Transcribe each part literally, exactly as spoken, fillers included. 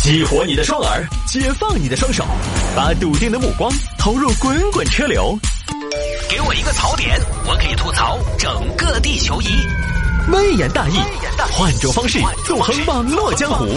激活你的双耳，解放你的双手，把笃定的目光投入滚滚车流。 给我一个槽点，我可以吐槽整个地球仪。 微言大义，换种方式纵横网络江湖。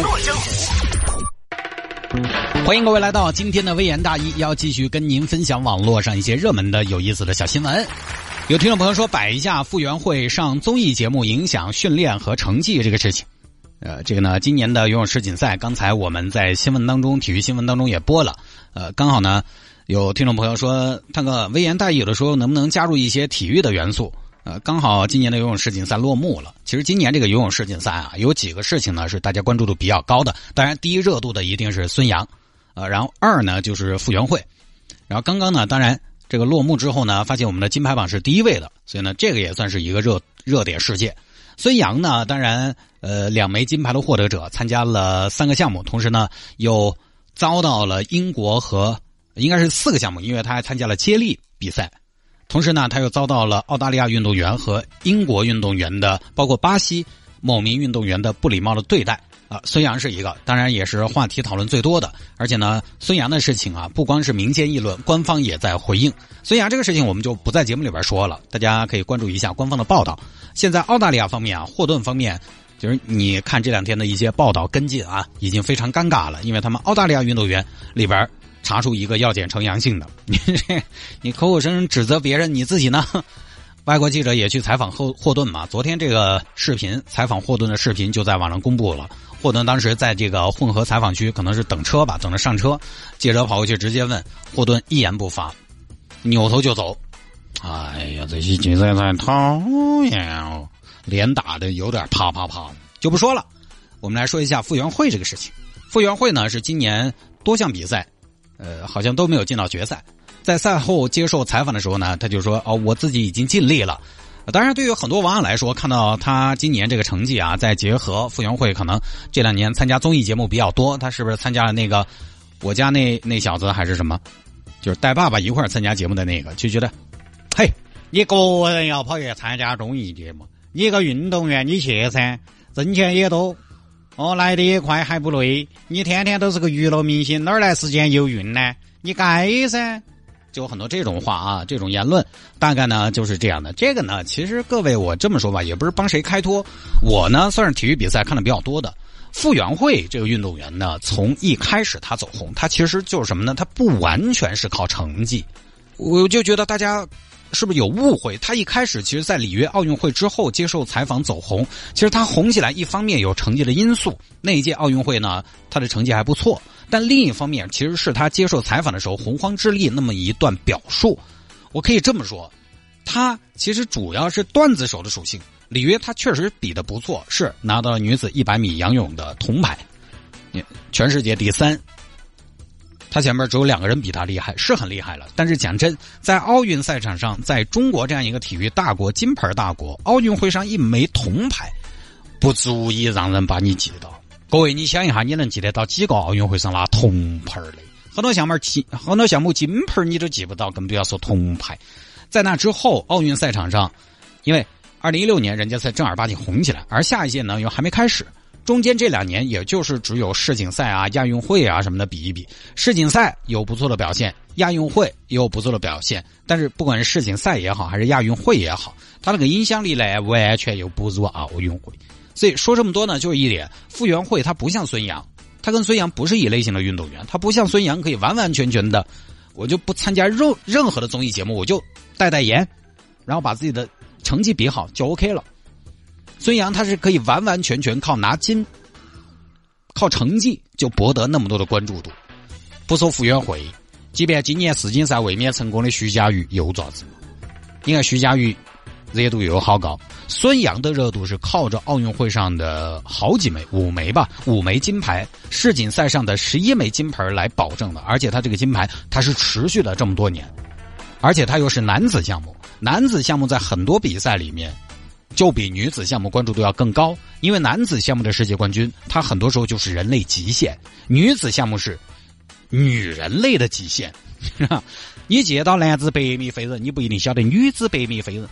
欢迎各位来到今天的微言大义，要继续跟您分享网络上一些热门的有意思的小新闻。有听众朋友说，摆一下傅园慧上综艺节目影响训练和成绩这个事情。呃，这个呢，今年的游泳世锦赛，刚才我们在新闻当中，体育新闻当中也播了。呃，刚好呢，有听众朋友说，探个微言大义，有的时候能不能加入一些体育的元素？呃，刚好今年的游泳世锦赛落幕了。其实今年这个游泳世锦赛啊，有几个事情呢是大家关注度比较高的。当然，第一热度的一定是孙杨，呃，然后二呢就是傅园慧。然后刚刚呢，当然这个落幕之后呢，发现我们的金牌榜是第一位的，所以呢，这个也算是一个热热点事件。孙杨呢，当然，呃，两枚金牌的获得者，参加了三个项目，同时呢，又遭到了英国和应该是四个项目，因为他还参加了接力比赛，同时呢，他又遭到了澳大利亚运动员和英国运动员的，包括巴西某名运动员的不礼貌的对待啊。孙杨是一个，当然也是话题讨论最多的，而且呢，孙杨的事情啊，不光是民间议论，官方也在回应。孙杨这个事情我们就不在节目里边说了，大家可以关注一下官方的报道。现在澳大利亚方面啊，霍顿方面，就是你看这两天的一些报道跟进啊，已经非常尴尬了，因为他们澳大利亚运动员里边查出一个药检呈阳性的，你你口口声声指责别人，你自己呢？外国记者也去采访霍霍顿嘛，昨天这个视频采访霍顿的视频就在网上公布了。霍顿当时在这个混合采访区，可能是等车吧，等着上车，记者跑过去直接问霍顿，一言不发，扭头就走。哎呀，这些记者太讨厌哦，脸打的有点啪啪啪，就不说了。我们来说一下傅园慧这个事情。傅园慧呢是今年多项比赛，呃，好像都没有进到决赛。在赛后接受采访的时候呢，他就说：“哦，我自己已经尽力了。”当然，对于很多网友来说，看到他今年这个成绩啊，再结合傅园慧可能这两年参加综艺节目比较多，他是不是参加了那个我家那那小子还是什么，就是带爸爸一块儿参加节目的那个，就觉得，嘿，你个人要跑去参加综艺节目，你一个运动员你去噻，挣钱也多，哦，来得也快还不累，你天天都是个娱乐明星，哪儿来时间游泳呢？你该噻。就有很多这种话啊，这种言论，大概呢就是这样的。这个呢，其实各位我这么说吧，也不是帮谁开脱。我呢算是体育比赛看的比较多的。傅园慧这个运动员呢，从一开始他走红，他其实就是什么呢？他不完全是靠成绩。我就觉得大家是不是有误会？他一开始其实在里约奥运会之后接受采访走红，其实他红起来一方面有成绩的因素，那一届奥运会呢，他的成绩还不错。但另一方面，其实是他接受采访的时候洪荒之力那么一段表述。我可以这么说，他其实主要是段子手的属性。里约他确实比得不错，是拿到了女子一百米仰泳的铜牌，全世界第三。他前面只有两个人比他厉害，是很厉害了。但是讲真，在奥运赛场上，在中国这样一个体育大国、金牌大国，奥运会上一枚铜牌，不足以让人把你记到。各位，你想一下，你能记得到几个奥运会上拿铜牌的？很多项目金，很多项目金牌你都记不到，更不要说铜牌。在那之后，奥运赛场上，因为二零一六年人家才正儿八经红起来，而下一届呢又还没开始，中间这两年也就是只有世锦赛啊、亚运会啊什么的比一比。世锦赛有不错的表现，亚运会也有不错的表现，但是不管是世锦赛也好，还是亚运会也好，它那个影响力呢，完全又不如奥运会。所以说这么多呢，就是一点，傅园慧他不像孙杨，他跟孙杨不是一类型的运动员，他不像孙杨可以完完全全的，我就不参加任任何的综艺节目，我就代代言，然后把自己的成绩比好就 OK 了。孙杨他是可以完完全全靠拿金，靠成绩就博得那么多的关注度。不说傅园慧，即便今年世锦赛卫冕成功的徐嘉余又咋子？你看徐嘉余热度又好高，孙杨的热度是靠着奥运会上的好几枚，五枚吧，五枚金牌，世锦赛上的十一枚金牌来保证的，而且他这个金牌他是持续的这么多年，而且他又是男子项目，男子项目在很多比赛里面就比女子项目关注度要更高，因为男子项目的世界冠军他很多时候就是人类极限，女子项目是女人类的极限。你接到男子百米飞人，你不一定晓得女子百米飞人。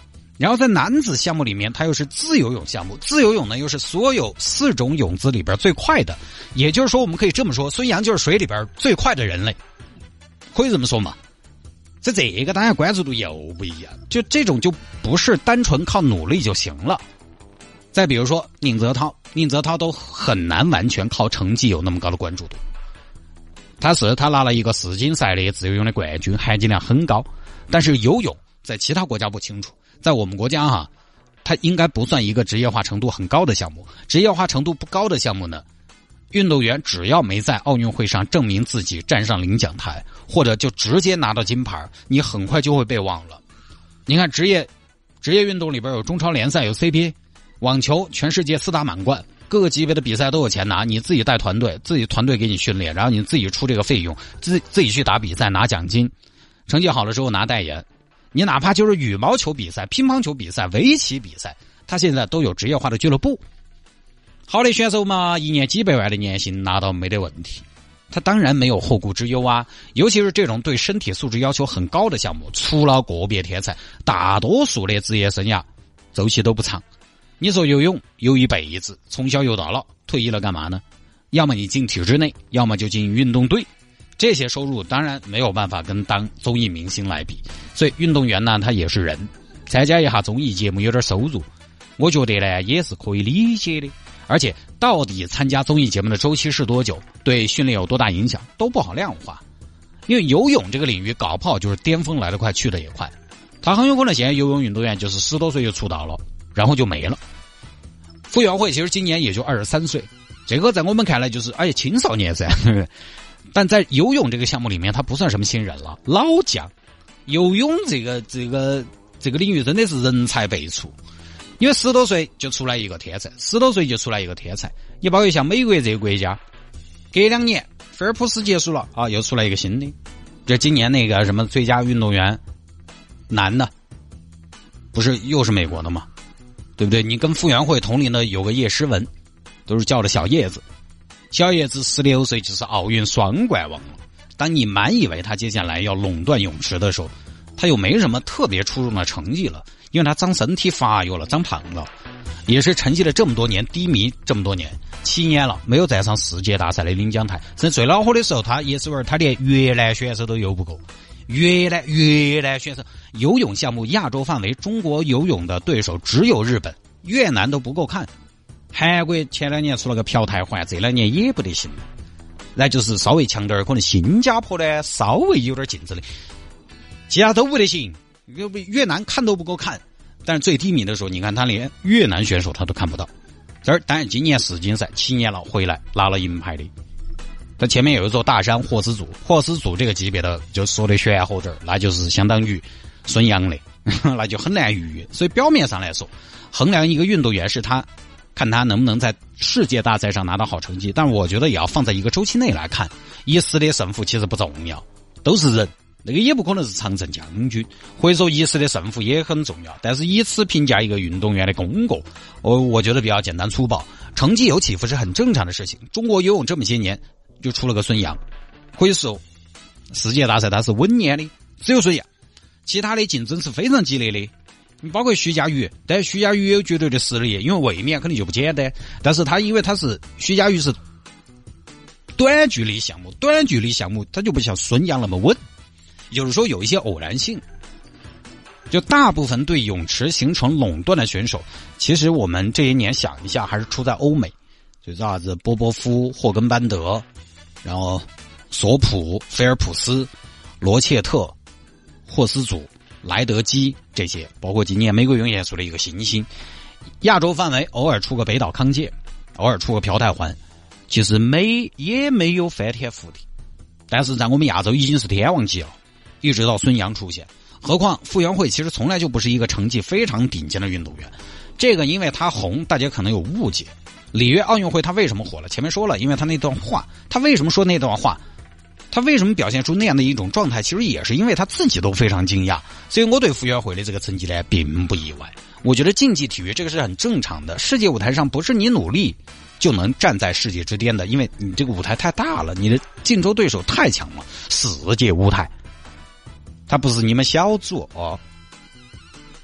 然后在男子项目里面，它又是自由泳项目，自由泳呢又是所有四种泳姿里边最快的，也就是说我们可以这么说，孙杨就是水里边最快的人类，可以这么说嘛？在这个大家关注度又不一样，就这种就不是单纯靠努力就行了。再比如说宁泽涛，宁泽涛都很难完全靠成绩有那么高的关注度。他是他拿了一个世锦赛的自由泳的冠军，含金量很高，但是游泳在其他国家不清楚，在我们国家哈，它应该不算一个职业化程度很高的项目。职业化程度不高的项目呢，运动员只要没在奥运会上证明自己站上领奖台，或者就直接拿到金牌，你很快就会被忘了。你看职业职业运动里边有中超联赛，有 C B A， 网球全世界四大满贯，各个级别的比赛都有钱拿，你自己带团队，自己团队给你训练，然后你自己出这个费用，自自己去打比赛拿奖金，成绩好的时候拿代言。你哪怕就是羽毛球比赛、乒乓球比赛、围棋比赛，他现在都有职业化的俱乐部。好的选手嘛，一年几百万的年薪拿到没得问题，他当然没有后顾之忧啊。尤其是这种对身体素质要求很高的项目，除了个别天才，大多数的职业生涯周期都不长。你说游泳游一辈子，从小游到老，退役了干嘛呢？要么你进体制内，要么就进运动队。这些收入当然没有办法跟当综艺明星来比，所以运动员呢，他也是人，参加一下综艺节目有点收入，我觉得呢也是可以理解的。而且到底参加综艺节目的周期是多久，对训练有多大影响，都不好量化。因为游泳这个领域搞不好就是巅峰来得快去得也快，他很有可能现在游泳运动员就是十多岁就出道了，然后就没了。傅园慧其实今年也就二十三岁，这个在我们看来就是哎青少年噻，但在游泳这个项目里面，他不算什么新人了，老将。游泳这个这个这个领域真的是人才辈出，因为十多岁就出来一个天才，十多岁就出来一个天才。你包括像美国这个国家，隔两年菲尔普斯结束了啊，又出来一个新的。这今年那个什么最佳运动员男的，不是又是美国的吗？对不对？你跟傅园慧同龄的有个叶诗文，都是叫的小叶子。小叶子十六岁就是奥运双冠王了。当你满以为他接下来要垄断泳池的时候，他又没什么特别出众的成绩了，因为他长身体发育了，长胖了，也是沉寂了这么多年，低迷这么多年，七年了，没有再上世界大赛的领奖台。甚至最恼火的时候，他也是玩他连越南选手都游不够。越南越南选手游泳项目亚洲范围，中国游泳的对手只有日本，越南都不够看。韩国前两年出了个朴泰桓，这两年也不得行。那就是稍微强点，可能新加坡呢稍微有点竞争力，其他都不得行。越南看都不够看，但是最低迷的时候，你看他连越南选手他都看不到。这儿当然今年世锦赛七年了回来拿了银牌的。他前面有一座大山霍斯祖，霍斯祖这个级别的就说的玄乎点，那就是相当于孙杨嘞，那就很难逾越。所以表面上来说，衡量一个运动员是他看他能不能在世界大赛上拿到好成绩，但是我觉得也要放在一个周期内来看，一时的胜负其实不重要，都是人，那个也不可能是常胜将军，或者说一时的胜负也很重要，但是以此评价一个运动员的功过，我我觉得比较简单粗暴，成绩有起伏是很正常的事情。中国游泳这么些年就出了个孙杨，可以说世界大赛他是稳年的，只有孙杨，其他的竞争是非常激烈的。你包括徐嘉余，但是徐嘉余也有绝对的实力，因为卫冕肯定就不简单，但是他因为他是徐嘉余是短距离项目，短距离项目他就不像孙杨那么稳，有的时候有一些偶然性。就大部分对泳池形成垄断的选手，其实我们这一年想一下还是出在欧美，就啥子波波夫、霍根班德，然后索普、菲尔普斯、罗切特、霍斯祖、莱德基这些，包括今年美国泳也出了一个新星。亚洲范围偶尔出个北岛康介，偶尔出个朴泰桓，其实没也没有翻天覆地，但是在我们亚洲已经是天王级了，一直到孙杨出现。何况傅园慧其实从来就不是一个成绩非常顶尖的运动员，这个因为他红，大家可能有误解。里约奥运会他为什么火了？前面说了，因为他那段话，他为什么说那段话？他为什么表现出那样的一种状态？其实也是因为他自己都非常惊讶。所以我对傅园慧的这个成绩呢，并不意外。我觉得竞技体育这个是很正常的，世界舞台上不是你努力就能站在世界之巅的，因为你这个舞台太大了，你的竞争对手太强了。世界舞台，它不是你们小组哦。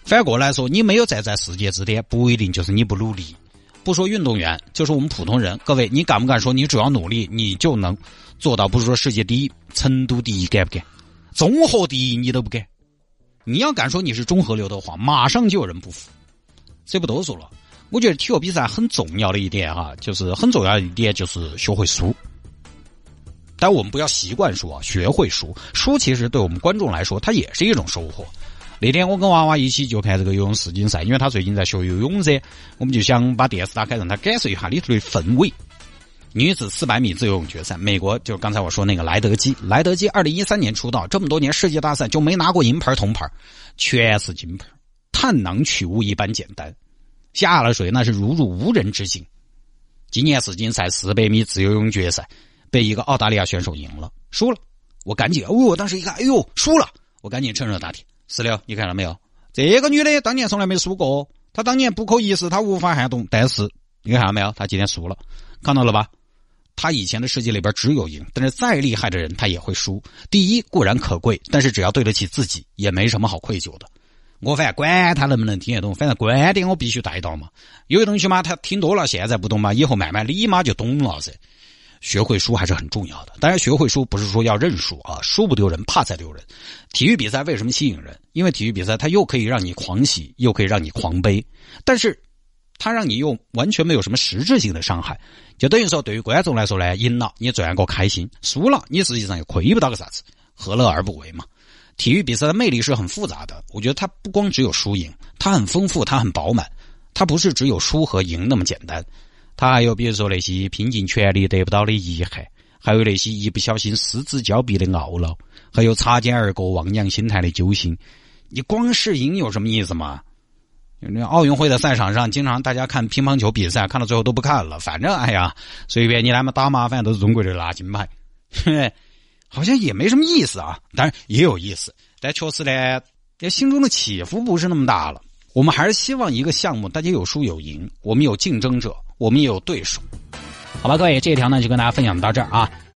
反过来说，你没有站在世界之巅，不一定就是你不努力。不说运动员，就是我们普通人，各位，你敢不敢说你只要努力，你就能做到？不是说世界第一，成都第一敢不敢？综合第一你都不敢？你要敢说你是中和流的话，马上就有人不服。这不多说了，我觉得体育比赛很重要的一点哈，就是很重要的一点就是学会输。但我们不要习惯输啊，学会输。输其实对我们观众来说，它也是一种收获。那天我跟娃娃一起就看这个游泳世锦赛，因为他最近在学游泳噻，我们就想把电视打开，让他感受一下里头的氛围。女子四百米自由泳决赛，美国就是刚才我说那个莱德基，莱德基二零一三年出道，这么多年世界大赛就没拿过银牌铜牌，全是金牌，探囊取物一般简单，下了水那是如入无人之境。今年世锦赛四百米自由泳决赛被一个澳大利亚选手赢了，输了，我赶紧，哦，我当时一看，哎呦，输了，我赶紧趁热打铁。四六，你看到没有？这个女的当年从来没输过，她当年不可一世，她无法撼动，但是你看到没有？她今天输了，看到了吧？她以前的世界里边只有赢，但是再厉害的人她也会输。第一固然可贵，但是只要对得起自己，也没什么好愧疚的。我反正管他能不能听得懂，反正观点我必须带到嘛。有些东西嘛，他听多了现在不懂嘛，以后慢慢立马就懂了噻。学会输还是很重要的，当然学会输不是说要认输啊，输不丢人，怕才丢人。体育比赛为什么吸引人？因为体育比赛它又可以让你狂喜，又可以让你狂悲，但是它让你又完全没有什么实质性的伤害，就等于说对于观众来说呢，赢了你赚个开心，输了你实际上又亏不到个啥子，何乐而不为嘛？体育比赛的魅力是很复杂的，我觉得它不光只有输赢，它很丰富，它很饱满，它不是只有输和赢那么简单。他还有比如说那些拼尽全力得不到的遗憾，还有那些一不小心失之交臂的懊恼，还有擦肩而过望洋兴叹的揪心。你光是赢有什么意思吗？那奥运会的赛场上经常大家看乒乓球比赛，看到最后都不看了，反正哎呀随便你来嘛打嘛，反正都是中国人拿金牌，好像也没什么意思啊。当然也有意思，但确实呢心中的起伏不是那么大了。我们还是希望一个项目大家有输有赢，我们有竞争者，我们也有对手。好吧，各位，这一条呢就跟大家分享到这儿啊。